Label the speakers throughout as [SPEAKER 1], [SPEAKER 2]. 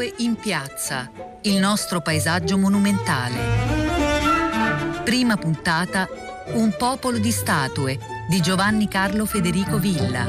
[SPEAKER 1] Statue in piazza, il nostro paesaggio monumentale. Prima puntata, Un popolo di statue, di Giovanni Carlo Federico Villa.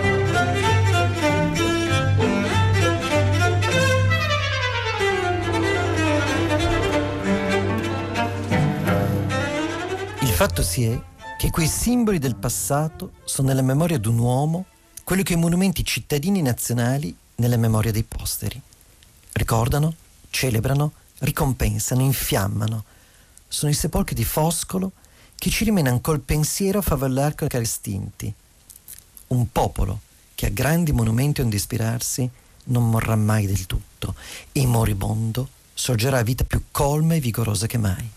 [SPEAKER 2] Il fatto si è che quei simboli del passato sono nella memoria di un uomo quello che i monumenti cittadini nazionali nella memoria dei posteri. Ricordano, celebrano, ricompensano, infiammano. Sono i sepolcri di Foscolo che ci rimenano col pensiero a favillare con i cari estinti. Un popolo che ha grandi monumenti onde ispirarsi non morrà mai del tutto e moribondo sorgerà a vita più colma e vigorosa che mai.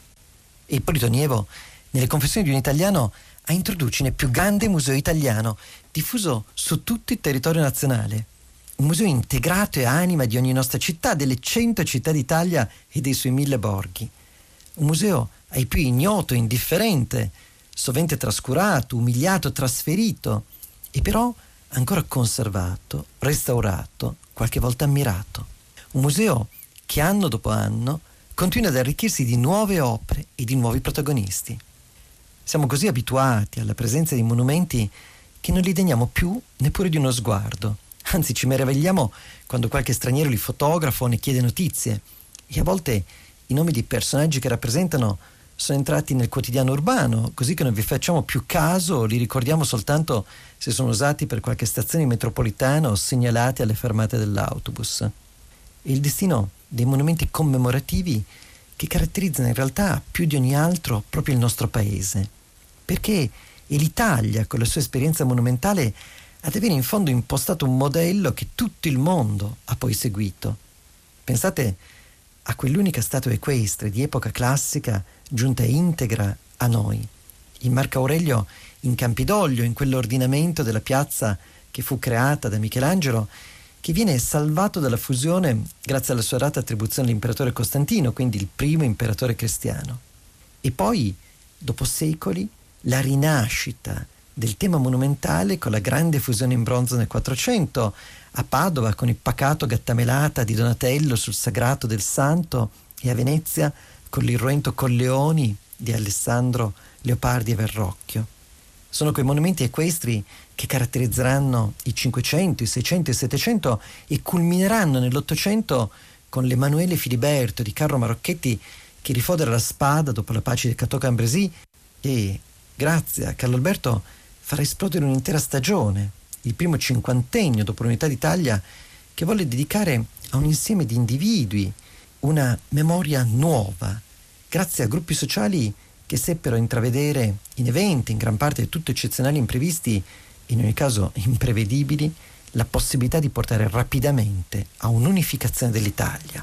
[SPEAKER 2] E Ippolito Nievo, nelle Confessioni di un italiano, a introduce nel più grande museo italiano, diffuso su tutto il territorio nazionale. Un museo integrato e anima di ogni nostra città, delle 100 città d'Italia e dei suoi 1000 borghi. Un museo ai più ignoto, indifferente, sovente trascurato, umiliato, trasferito, e però ancora conservato, restaurato, qualche volta ammirato. Un museo che anno dopo anno continua ad arricchirsi di nuove opere e di nuovi protagonisti. Siamo così abituati alla presenza di monumenti che non li degniamo più neppure di uno sguardo. Anzi, ci meravigliamo quando qualche straniero li fotografa o ne chiede notizie. E a volte i nomi di personaggi che rappresentano sono entrati nel quotidiano urbano, così che non vi facciamo più caso o li ricordiamo soltanto se sono usati per qualche stazione metropolitana o segnalati alle fermate dell'autobus. E il destino dei monumenti commemorativi che caratterizzano in realtà più di ogni altro proprio il nostro paese, perché è l'Italia con la sua esperienza monumentale ad avere in fondo impostato un modello che tutto il mondo ha poi seguito. Pensate a quell'unica statua equestre di epoca classica giunta integra a noi, il Marco Aurelio in Campidoglio, in quell'ordinamento della piazza che fu creata da Michelangelo, che viene salvato dalla fusione grazie alla sua data attribuzione all'imperatore Costantino, quindi il primo imperatore cristiano. E poi, dopo secoli, la rinascita del tema monumentale con la grande fusione in bronzo nel 400, a Padova con il Pacato Gattamelata di Donatello sul Sagrato del Santo e a Venezia con l'irruento Colleoni di Alessandro Leopardi e Verrocchio. Sono quei monumenti equestri che caratterizzeranno i 500, i 600 e i 700 e culmineranno nell'Ottocento con l'Emanuele Filiberto di Carlo Marocchetti che rifodera la spada dopo la pace di Cateau-Cambrésis e, grazie a Carlo Alberto, farà esplodere un'intera stagione, il primo cinquantennio dopo l'Unità d'Italia, che volle dedicare a un insieme di individui una memoria nuova, grazie a gruppi sociali che seppero intravedere in eventi, in gran parte del tutto eccezionali e imprevisti, in ogni caso imprevedibili, la possibilità di portare rapidamente a un'unificazione dell'Italia.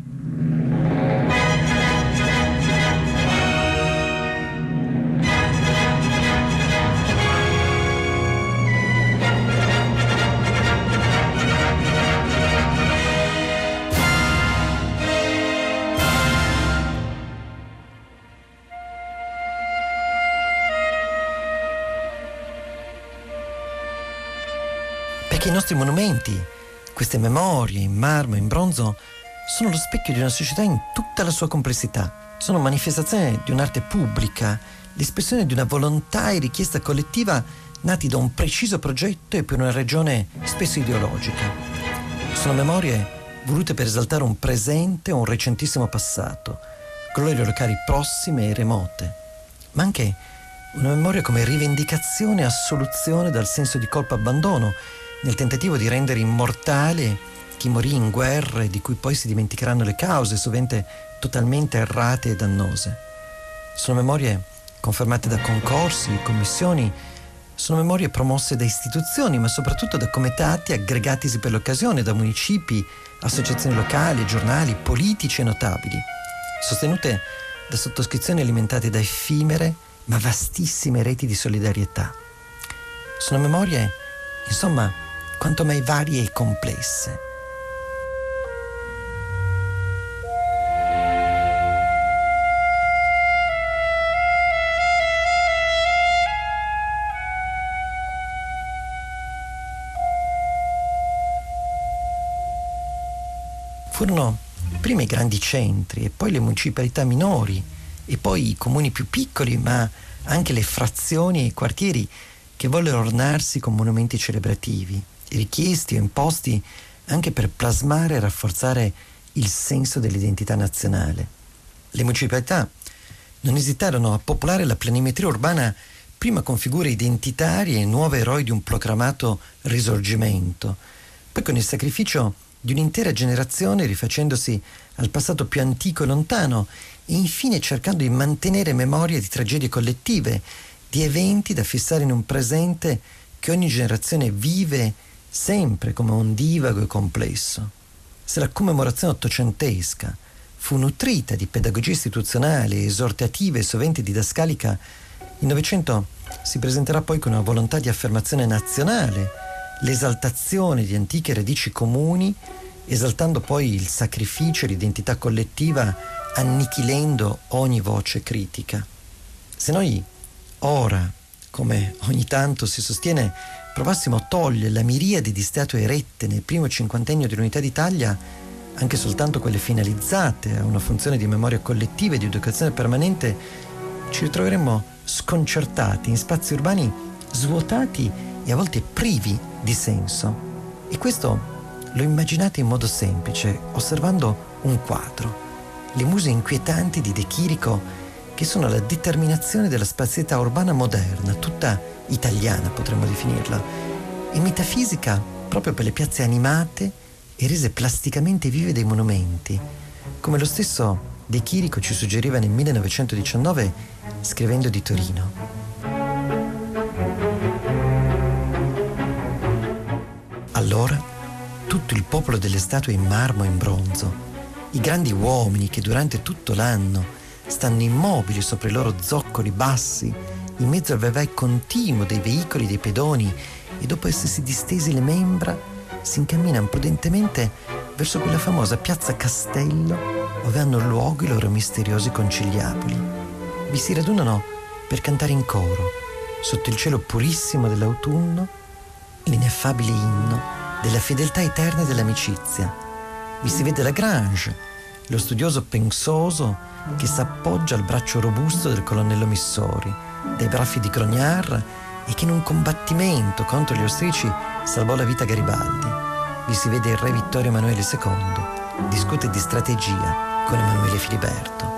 [SPEAKER 2] Perché i nostri monumenti, queste memorie in marmo e in bronzo, sono lo specchio di una società in tutta la sua complessità. Sono manifestazione di un'arte pubblica, l'espressione di una volontà e richiesta collettiva nati da un preciso progetto e per una ragione spesso ideologica. Sono memorie volute per esaltare un presente o un recentissimo passato, glorie locali prossime e remote, ma anche una memoria come rivendicazione e assoluzione dal senso di colpa-abbandono nel tentativo di rendere immortale chi morì in guerre di cui poi si dimenticheranno le cause, sovente totalmente errate e dannose. Sono memorie confermate da concorsi, commissioni, sono memorie promosse da istituzioni, ma soprattutto da comitati aggregatisi per l'occasione, da municipi, associazioni locali, giornali, politici e notabili, sostenute da sottoscrizioni alimentate da effimere ma vastissime reti di solidarietà. Sono memorie, insomma, quanto mai varie e complesse. Furono prima i grandi centri e poi le municipalità minori e poi i comuni più piccoli, ma anche le frazioni e i quartieri che vollero ornarsi con monumenti celebrativi, richiesti o imposti anche per plasmare e rafforzare il senso dell'identità nazionale. Le municipalità non esitarono a popolare la planimetria urbana prima con figure identitarie e nuovi eroi di un proclamato risorgimento, poi con il sacrificio di un'intera generazione rifacendosi al passato più antico e lontano e infine cercando di mantenere memoria di tragedie collettive, di eventi da fissare in un presente che ogni generazione vive sempre come ondivago e complesso. Se la commemorazione ottocentesca fu nutrita di pedagogia istituzionale, esortativa e sovente didascalica, il Novecento si presenterà poi con una volontà di affermazione nazionale, l'esaltazione di antiche radici comuni, esaltando poi il sacrificio e l'identità collettiva, annichilendo ogni voce critica. Se noi ora, come ogni tanto si sostiene, provassimo a togliere la miriade di statue erette nel primo cinquantennio dell'Unità d'Italia, anche soltanto quelle finalizzate a una funzione di memoria collettiva e di educazione permanente, ci ritroveremmo sconcertati in spazi urbani svuotati e a volte privi di senso. E questo lo immaginate in modo semplice, osservando un quadro, le muse inquietanti di De Chirico, che sono la determinazione della spazialità urbana moderna, tutta italiana potremmo definirla, e metafisica proprio per le piazze animate e rese plasticamente vive dei monumenti, come lo stesso De Chirico ci suggeriva nel 1919 scrivendo di Torino. Allora tutto il popolo delle statue in marmo e in bronzo, i grandi uomini che durante tutto l'anno stanno immobili sopra i loro zoccoli bassi, in mezzo al vai continuo dei veicoli dei pedoni, e dopo essersi distesi le membra, si incamminano prudentemente verso quella famosa piazza Castello, dove hanno luogo i loro misteriosi conciliaboli. Vi si radunano per cantare in coro, sotto il cielo purissimo dell'autunno, l'ineffabile inno della fedeltà eterna e dell'amicizia. Vi si vede Lagrange, lo studioso pensoso che s'appoggia al braccio robusto del colonnello Missori, dai baffi di Grognard, e che in un combattimento contro gli austriaci salvò la vita a Garibaldi. Vi si vede il re Vittorio Emanuele II, discute di strategia con Emanuele Filiberto.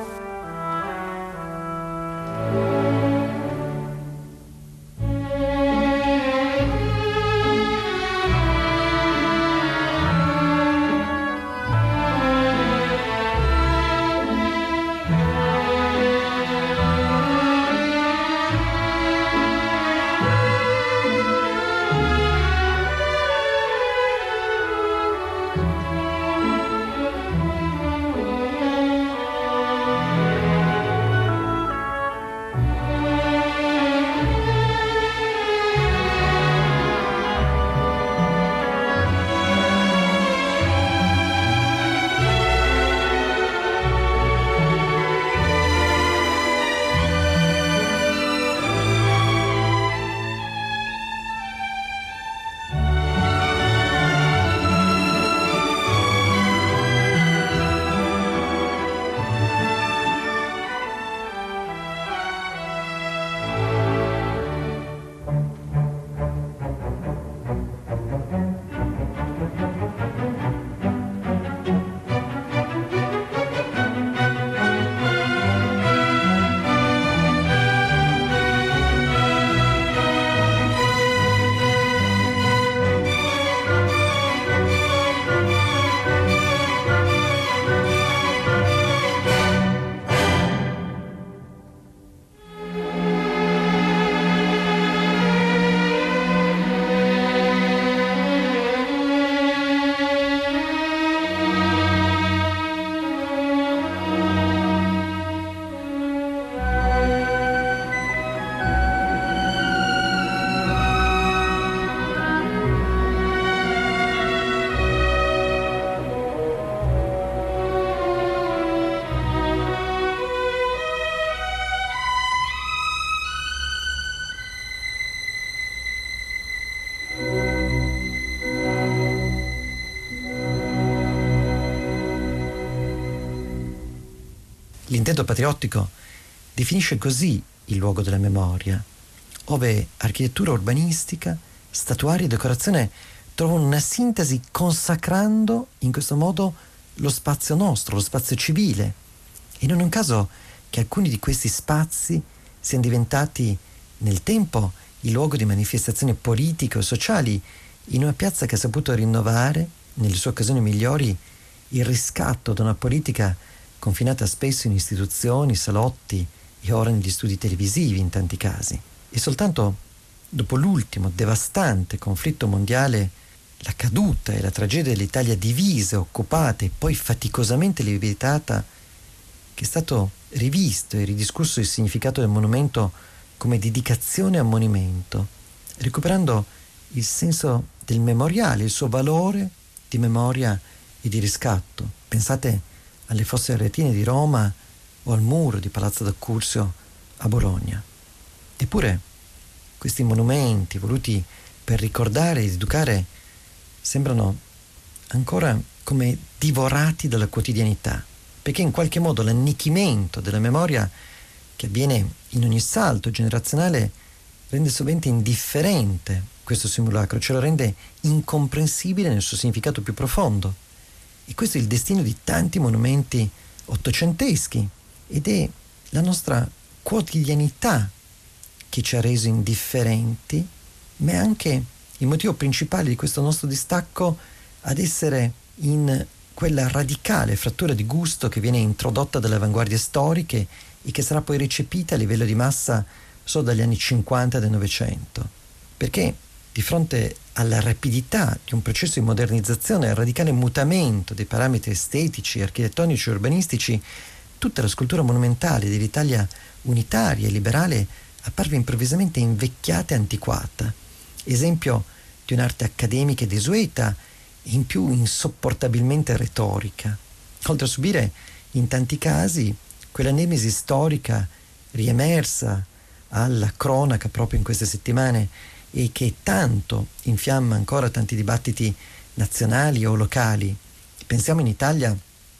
[SPEAKER 2] L'intento patriottico definisce così il luogo della memoria, ove architettura urbanistica, statuaria e decorazione trovano una sintesi consacrando in questo modo lo spazio nostro, lo spazio civile. E non è un caso che alcuni di questi spazi siano diventati nel tempo il luogo di manifestazioni politiche o sociali in una piazza che ha saputo rinnovare, nelle sue occasioni migliori, il riscatto da una politica confinata spesso in istituzioni, salotti e ora negli studi televisivi in tanti casi. E soltanto dopo l'ultimo devastante conflitto mondiale, la caduta e la tragedia dell'Italia divisa, occupata e poi faticosamente liberata, che è stato rivisto e ridiscusso il significato del monumento come dedicazione a monumento, recuperando il senso del memoriale, il suo valore di memoria e di riscatto. Pensate alle fosse aretine di Roma o al muro di Palazzo d'Accursio a Bologna. Eppure questi monumenti voluti per ricordare ed educare sembrano ancora come divorati dalla quotidianità, perché in qualche modo l'annichimento della memoria che avviene in ogni salto generazionale rende sovente indifferente questo simulacro, ce lo rende incomprensibile nel suo significato più profondo. E questo è il destino di tanti monumenti ottocenteschi ed è la nostra quotidianità che ci ha reso indifferenti, ma è anche il motivo principale di questo nostro distacco ad essere in quella radicale frattura di gusto che viene introdotta dalle avanguardie storiche e che sarà poi recepita a livello di massa solo dagli anni 50 del Novecento. Perché di fronte alla rapidità di un processo di modernizzazione e al radicale mutamento dei parametri estetici, architettonici e urbanistici, tutta la scultura monumentale dell'Italia unitaria e liberale apparve improvvisamente invecchiata e antiquata, esempio di un'arte accademica e desueta e in più insopportabilmente retorica, oltre a subire in tanti casi quella nemesi storica riemersa alla cronaca proprio in queste settimane e che tanto infiamma ancora tanti dibattiti nazionali o locali. Pensiamo in Italia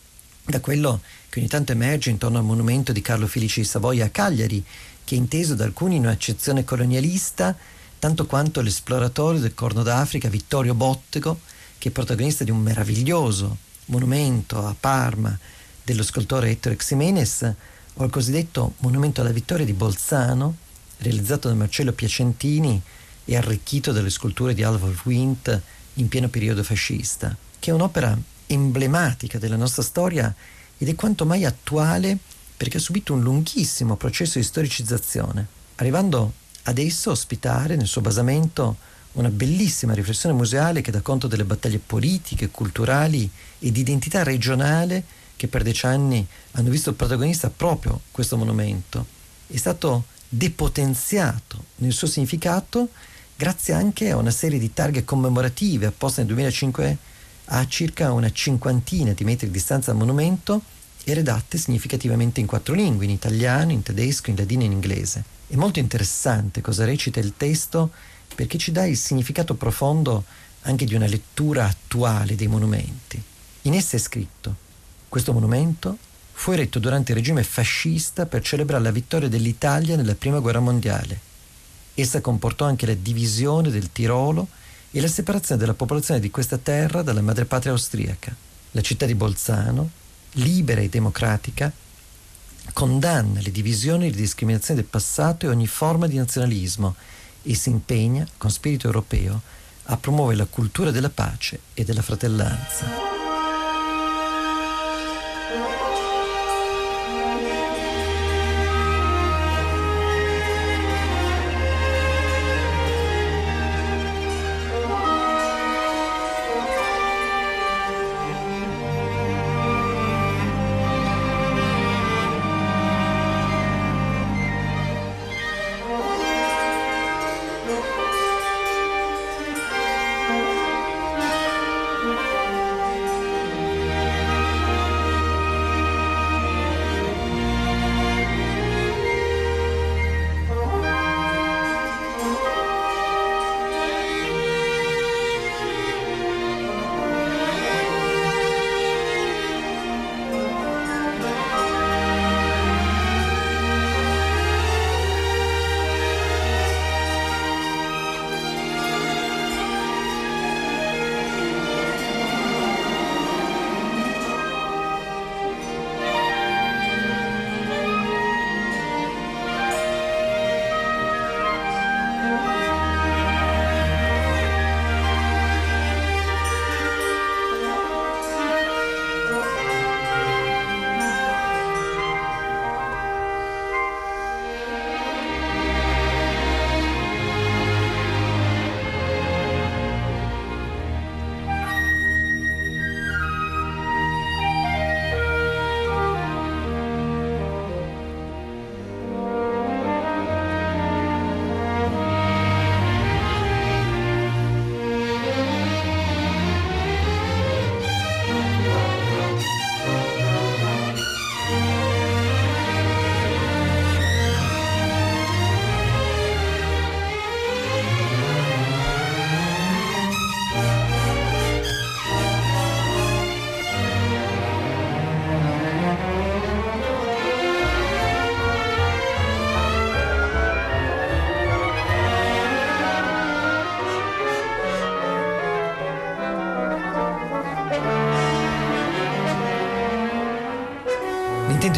[SPEAKER 2] da quello che ogni tanto emerge intorno al monumento di Carlo Felice di Savoia a Cagliari, che è inteso da alcuni in un'accezione colonialista tanto quanto l'esploratore del Corno d'Africa Vittorio Bottego, che è protagonista di un meraviglioso monumento a Parma dello scultore Ettore Ximenes, o il cosiddetto monumento alla vittoria di Bolzano, realizzato da Marcello Piacentini e arricchito dalle sculture di Adolf Windt in pieno periodo fascista, che è un'opera emblematica della nostra storia ed è quanto mai attuale perché ha subito un lunghissimo processo di storicizzazione, arrivando adesso a ospitare nel suo basamento una bellissima riflessione museale che dà conto delle battaglie politiche, culturali e di identità regionale che per decenni hanno visto protagonista proprio questo monumento. È stato depotenziato nel suo significato grazie anche a una serie di targhe commemorative apposte nel 2005 a circa una cinquantina di metri di distanza dal monumento e redatte significativamente in 4 lingue, in italiano, in tedesco, in ladino e in inglese. È molto interessante cosa recita il testo perché ci dà il significato profondo anche di una lettura attuale dei monumenti. In essa è scritto: questo monumento fu eretto durante il regime fascista per celebrare la vittoria dell'Italia nella Prima Guerra Mondiale. Essa comportò anche la divisione del Tirolo e la separazione della popolazione di questa terra dalla madrepatria austriaca. La città di Bolzano, libera e democratica, condanna le divisioni e le discriminazioni del passato e ogni forma di nazionalismo e si impegna, con spirito europeo, a promuovere la cultura della pace e della fratellanza.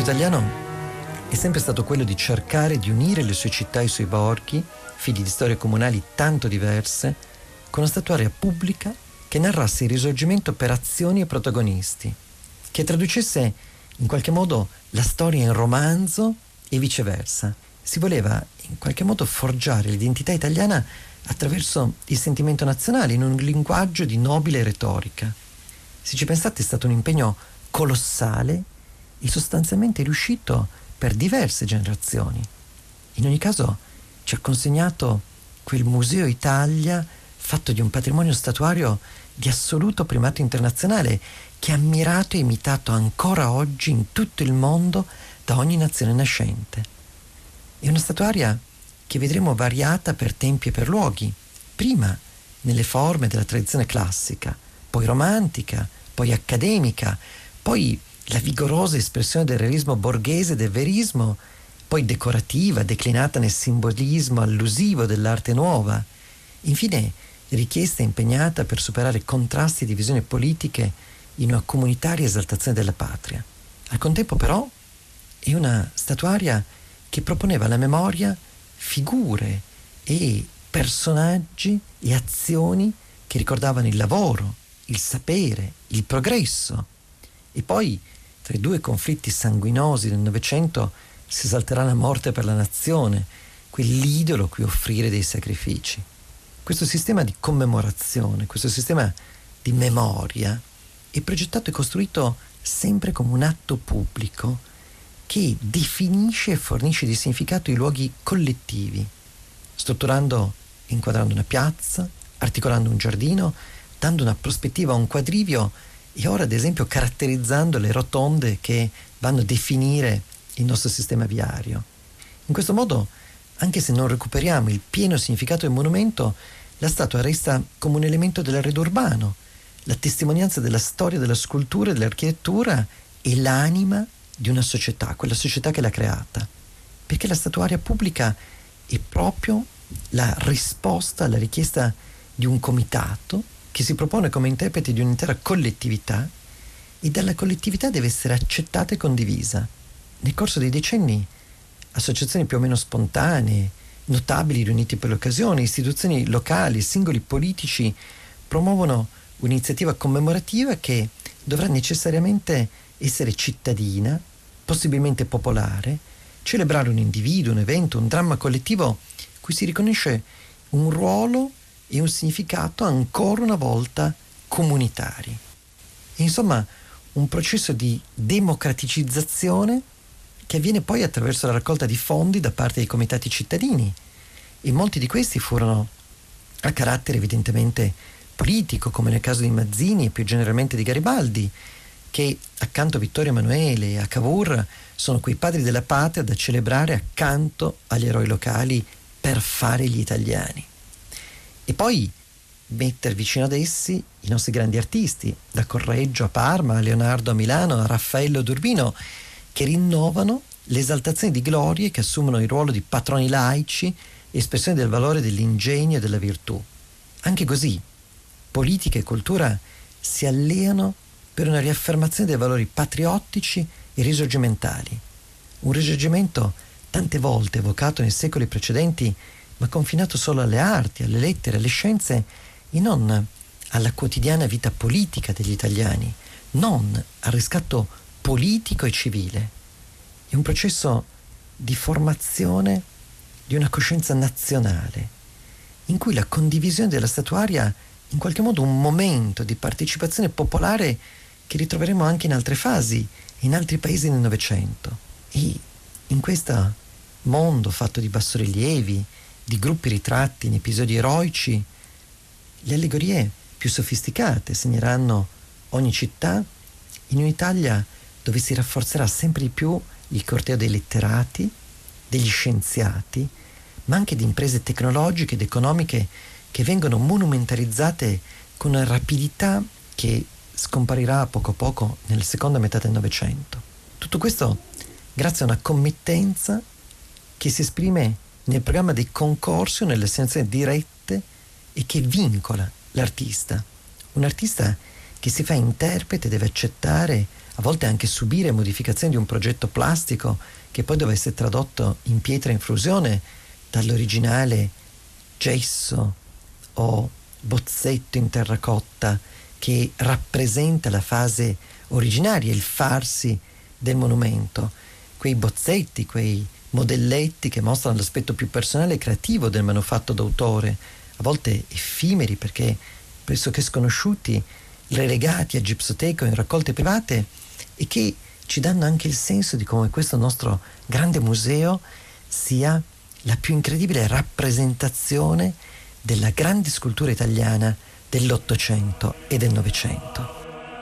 [SPEAKER 2] italiano è sempre stato quello di cercare di unire le sue città e i suoi borghi, figli di storie comunali tanto diverse, con una statuaria pubblica che narrasse il risorgimento per azioni e protagonisti, che traducesse in qualche modo la storia in romanzo e viceversa. Si voleva in qualche modo forgiare l'identità italiana attraverso il sentimento nazionale, in un linguaggio di nobile retorica. Se ci pensate, è stato un impegno colossale e sostanzialmente riuscito per diverse generazioni. In ogni caso ci ha consegnato quel Museo Italia fatto di un patrimonio statuario di assoluto primato internazionale, che è ammirato e imitato ancora oggi in tutto il mondo da ogni nazione nascente. È una statuaria che vedremo variata per tempi e per luoghi, prima nelle forme della tradizione classica, poi romantica, poi accademica, poi la vigorosa espressione del realismo borghese e del verismo, poi decorativa, declinata nel simbolismo allusivo dell'arte nuova, infine richiesta e impegnata per superare contrasti e divisioni politiche in una comunitaria esaltazione della patria. Al contempo però è una statuaria che proponeva alla memoria figure e personaggi e azioni che ricordavano il lavoro, il sapere, il progresso. E poi, tra i due conflitti sanguinosi del Novecento, si esalterà la morte per la nazione, quell'idolo cui offrire dei sacrifici. Questo sistema di commemorazione, questo sistema di memoria è progettato e costruito sempre come un atto pubblico che definisce e fornisce di significato i luoghi collettivi, strutturando e inquadrando una piazza, articolando un giardino, dando una prospettiva a un quadrivio e ora ad esempio caratterizzando le rotonde che vanno a definire il nostro sistema viario. In questo modo, anche se non recuperiamo il pieno significato del monumento, la statua resta come un elemento dell'arredo urbano, la testimonianza della storia della scultura e dell'architettura e l'anima di una società, quella società che l'ha creata. Perché la statuaria pubblica è proprio la risposta alla richiesta di un comitato che si propone come interprete di un'intera collettività e dalla collettività deve essere accettata e condivisa. Nel corso dei decenni, associazioni più o meno spontanee, notabili riuniti per l'occasione, istituzioni locali, singoli politici promuovono un'iniziativa commemorativa che dovrà necessariamente essere cittadina, possibilmente popolare, celebrare un individuo, un evento, un dramma collettivo cui si riconosce un ruolo e un significato ancora una volta comunitari. E insomma, un processo di democraticizzazione che avviene poi attraverso la raccolta di fondi da parte dei comitati cittadini, e molti di questi furono a carattere evidentemente politico, come nel caso di Mazzini e più generalmente di Garibaldi, che accanto a Vittorio Emanuele e a Cavour sono quei padri della patria da celebrare accanto agli eroi locali per fare gli italiani. E poi mettere vicino ad essi i nostri grandi artisti, da Correggio a Parma, a Leonardo a Milano, a Raffaello ad Urbino, che rinnovano l'esaltazione di glorie che assumono il ruolo di patroni laici, espressione del valore dell'ingegno e della virtù. Anche così, politica e cultura si alleano per una riaffermazione dei valori patriottici e risorgimentali. Un risorgimento tante volte evocato nei secoli precedenti, ma confinato solo alle arti, alle lettere, alle scienze e non alla quotidiana vita politica degli italiani, non al riscatto politico e civile. È un processo di formazione di una coscienza nazionale, in cui la condivisione della statuaria è in qualche modo un momento di partecipazione popolare che ritroveremo anche in altre fasi, in altri paesi del Novecento. E in questo mondo fatto di bassorilievi, di gruppi ritratti in episodi eroici, le allegorie più sofisticate segneranno ogni città in un'Italia dove si rafforzerà sempre di più il corteo dei letterati, degli scienziati, ma anche di imprese tecnologiche ed economiche che vengono monumentalizzate con una rapidità che scomparirà poco a poco nella seconda metà del Novecento. Tutto questo grazie a una committenza che si esprime nel programma dei concorsi o nelle assegnazioni dirette e che vincola l'artista. Un artista che si fa interprete deve accettare a volte anche subire modificazioni di un progetto plastico che poi deve essere tradotto in pietra in fusione dall'originale gesso o bozzetto in terracotta che rappresenta la fase originaria, il farsi del monumento. Quei bozzetti, quei modelletti che mostrano l'aspetto più personale e creativo del manufatto d'autore, a volte effimeri perché pressoché sconosciuti, relegati a gipsoteca o in raccolte private, e che ci danno anche il senso di come questo nostro grande museo sia la più incredibile rappresentazione della grande scultura italiana dell'Ottocento e del Novecento.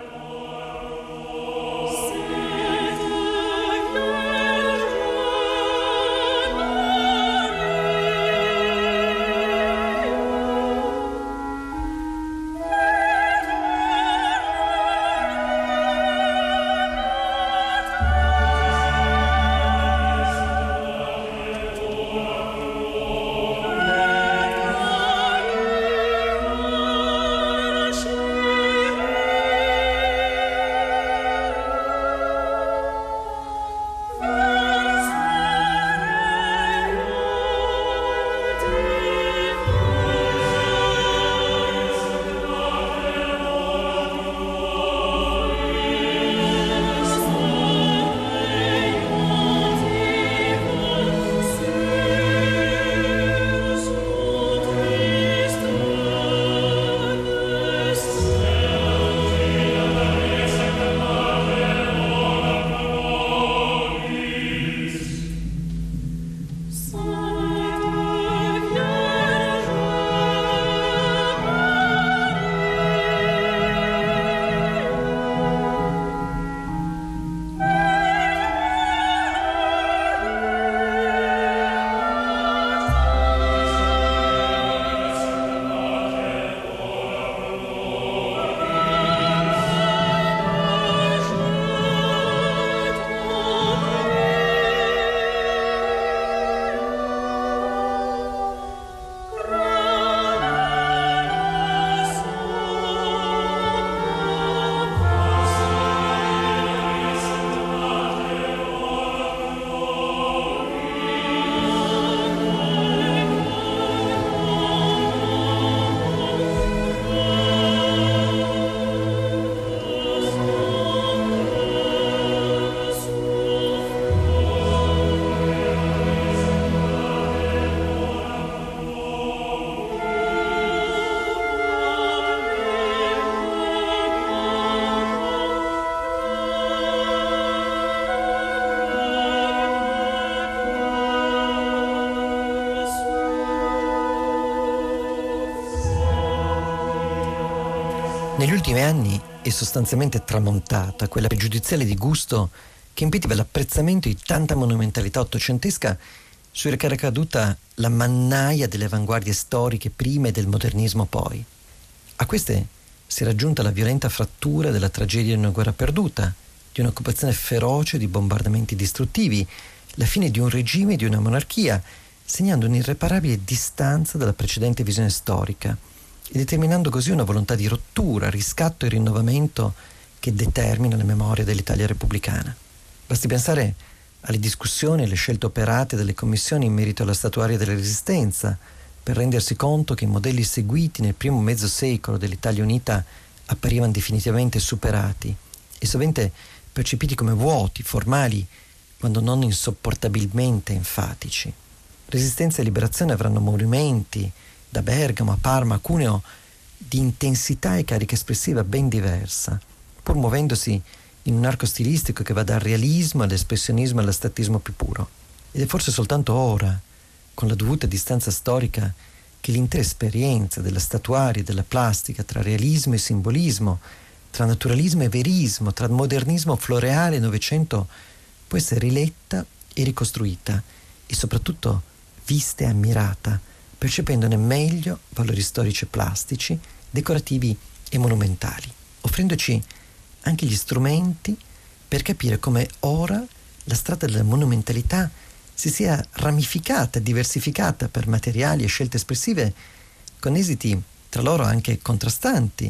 [SPEAKER 2] Negli ultimi anni è sostanzialmente tramontata quella pregiudiziale di gusto che impediva l'apprezzamento di tanta monumentalità ottocentesca su cui era caduta la mannaia delle avanguardie storiche prima e del modernismo poi. A queste si è raggiunta la violenta frattura della tragedia di una guerra perduta, di un'occupazione feroce, di bombardamenti distruttivi, la fine di un regime e di una monarchia, segnando un'irreparabile distanza dalla precedente visione storica e determinando così una volontà di rottura, riscatto e rinnovamento che determina la memoria dell'Italia repubblicana. Basti pensare alle discussioni e alle scelte operate dalle commissioni in merito alla statuaria della Resistenza, per rendersi conto che i modelli seguiti nel primo mezzo secolo dell'Italia unita apparivano definitivamente superati e sovente percepiti come vuoti, formali, quando non insopportabilmente enfatici. Resistenza e liberazione avranno monumenti, da Bergamo a Parma a Cuneo, di intensità e carica espressiva ben diversa, pur muovendosi in un arco stilistico che va dal realismo all'espressionismo e all'astattismo più puro. Ed è forse soltanto ora, con la dovuta distanza storica, che l'intera esperienza della statuaria e della plastica tra realismo e simbolismo, tra naturalismo e verismo, tra modernismo floreale e Novecento può essere riletta e ricostruita e soprattutto vista e ammirata, percependone meglio valori storici e plastici, decorativi e monumentali, offrendoci anche gli strumenti per capire come ora la strada della monumentalità si sia ramificata, diversificata per materiali e scelte espressive con esiti tra loro anche contrastanti,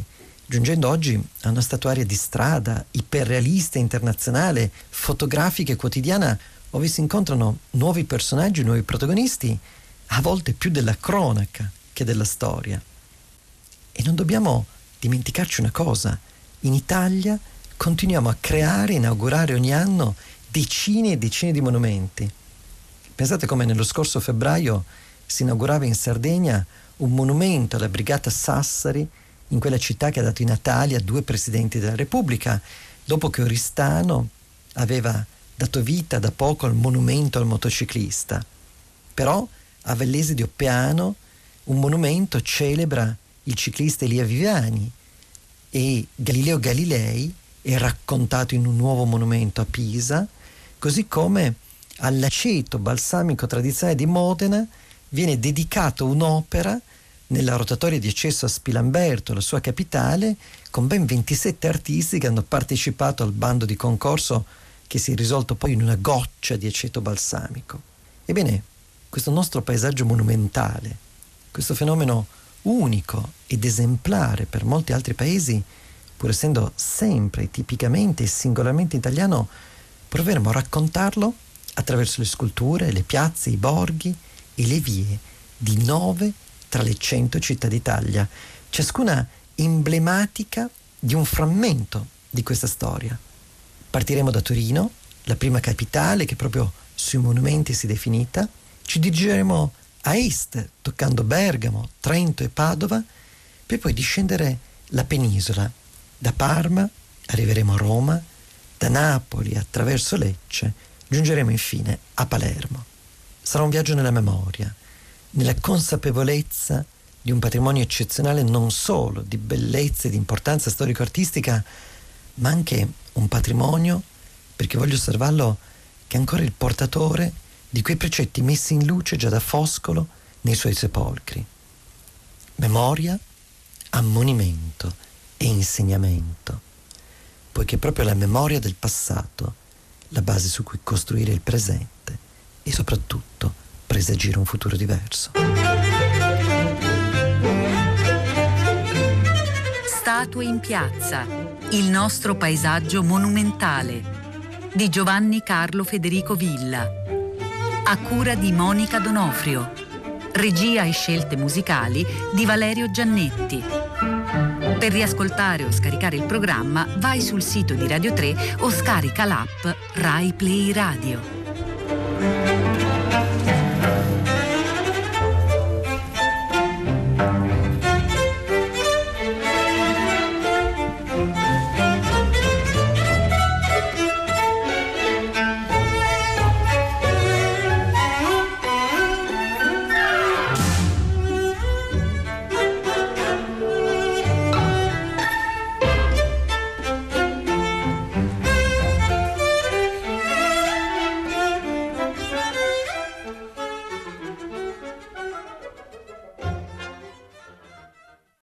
[SPEAKER 2] giungendo oggi a una statuaria di strada, iperrealista, internazionale, fotografica e quotidiana, dove si incontrano nuovi personaggi, nuovi protagonisti, a volte più della cronaca che della storia. E non dobbiamo dimenticarci una cosa: in Italia continuiamo a creare e inaugurare ogni anno decine e decine di monumenti. Pensate come nello scorso febbraio si inaugurava in Sardegna un monumento alla Brigata Sassari, in quella città che ha dato i natali a 2 presidenti della Repubblica, dopo che Oristano aveva dato vita da poco al monumento al motociclista. Però a Vellese di Oppiano un monumento celebra il ciclista Elia Viviani, e Galileo Galilei è raccontato in un nuovo monumento a Pisa, così come all'aceto balsamico tradizionale di Modena viene dedicata un'opera nella rotatoria di accesso a Spilamberto, la sua capitale, con ben 27 artisti che hanno partecipato al bando di concorso che si è risolto poi in una goccia di aceto balsamico. Ebbene, questo nostro paesaggio monumentale, questo fenomeno unico ed esemplare per molti altri paesi, pur essendo sempre tipicamente e singolarmente italiano, proveremo a raccontarlo attraverso le sculture, le piazze, i borghi e le vie di 9 tra le 100 città d'Italia, ciascuna emblematica di un frammento di questa storia. Partiremo da Torino, la prima capitale che proprio sui monumenti si è definita. Ci dirigeremo a est, toccando Bergamo, Trento e Padova, per poi discendere la penisola. Da Parma arriveremo a Roma, da Napoli attraverso Lecce giungeremo infine a Palermo. Sarà un viaggio nella memoria, nella consapevolezza di un patrimonio eccezionale, non solo di bellezza e di importanza storico-artistica, ma anche un patrimonio, perché voglio osservarlo, che è ancora il portatore di quei precetti messi in luce già da Foscolo nei suoi sepolcri. Memoria, ammonimento e insegnamento, poiché è proprio la memoria del passato la base su cui costruire il presente e soprattutto presagire un futuro diverso.
[SPEAKER 1] Statue in piazza, il nostro paesaggio monumentale, di Giovanni Carlo Federico Villa, a cura di Monica Donofrio, regia e scelte musicali di Valerio Giannetti. Per riascoltare o scaricare il programma vai sul sito di Radio 3 o scarica l'app Rai Play Radio.